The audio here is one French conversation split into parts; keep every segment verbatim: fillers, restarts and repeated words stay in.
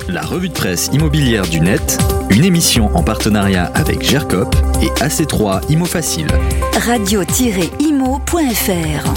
La revue de presse immobilière du net, une émission en partenariat avec Gercop et A C trois Imo Facile. radio tiret imo point f r.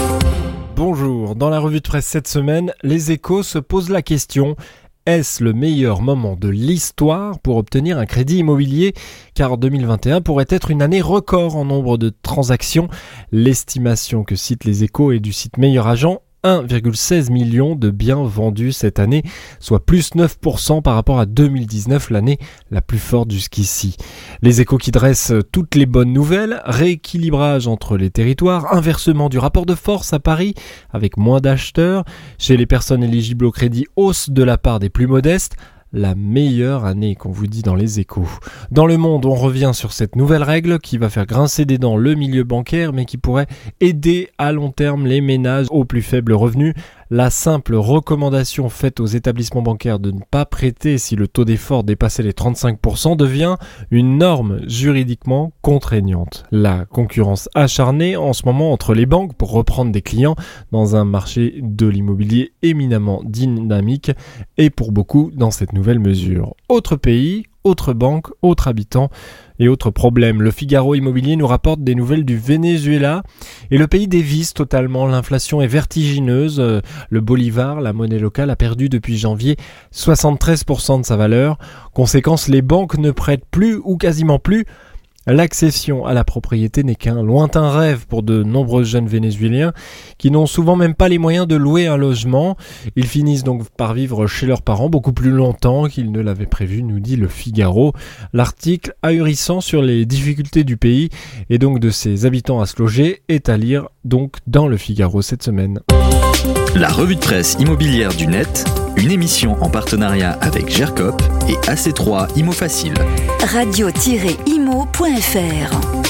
Bonjour, dans la revue de presse cette semaine, Les Échos se posent la question: est-ce le meilleur moment de l'histoire pour obtenir un crédit immobilier? Car deux mille vingt et un pourrait être une année record en nombre de transactions. L'estimation que cite Les Échos est du site Meilleur Agent: un virgule seize million de biens vendus cette année, soit plus neuf pour cent par rapport à deux mille dix-neuf, l'année la plus forte jusqu'ici. Les Échos qui dressent toutes les bonnes nouvelles: rééquilibrage entre les territoires, inversement du rapport de force à Paris avec moins d'acheteurs, chez les personnes éligibles au crédit, hausse de la part des plus modestes. La meilleure année qu'on vous dit dans Les Échos. Dans Le Monde, on revient sur cette nouvelle règle qui va faire grincer des dents le milieu bancaire, mais qui pourrait aider à long terme les ménages aux plus faibles revenus. La simple recommandation faite aux établissements bancaires de ne pas prêter si le taux d'effort dépassait les trente-cinq pour cent devient une norme juridiquement contraignante. La concurrence acharnée en ce moment entre les banques pour reprendre des clients dans un marché de l'immobilier éminemment dynamique et pour beaucoup dans cette nouvelle mesure. Autre pays, autre banque, autres habitants et autres problèmes. Le Figaro Immobilier nous rapporte des nouvelles du Venezuela et le pays dévisse totalement. L'inflation est vertigineuse. Le bolivar, la monnaie locale, a perdu depuis janvier soixante-treize pour cent de sa valeur. Conséquence, les banques ne prêtent plus ou quasiment plus. L'accession à la propriété n'est qu'un lointain rêve pour de nombreux jeunes Vénézuéliens qui n'ont souvent même pas les moyens de louer un logement. Ils finissent donc par vivre chez leurs parents beaucoup plus longtemps qu'ils ne l'avaient prévu, nous dit le Figaro. L'article ahurissant sur les difficultés du pays et donc de ses habitants à se loger est à lire donc dans le Figaro cette semaine. La revue de presse immobilière du net, une émission en partenariat avec Gercop et A C trois Imo Facile. radio tiret imo point f r.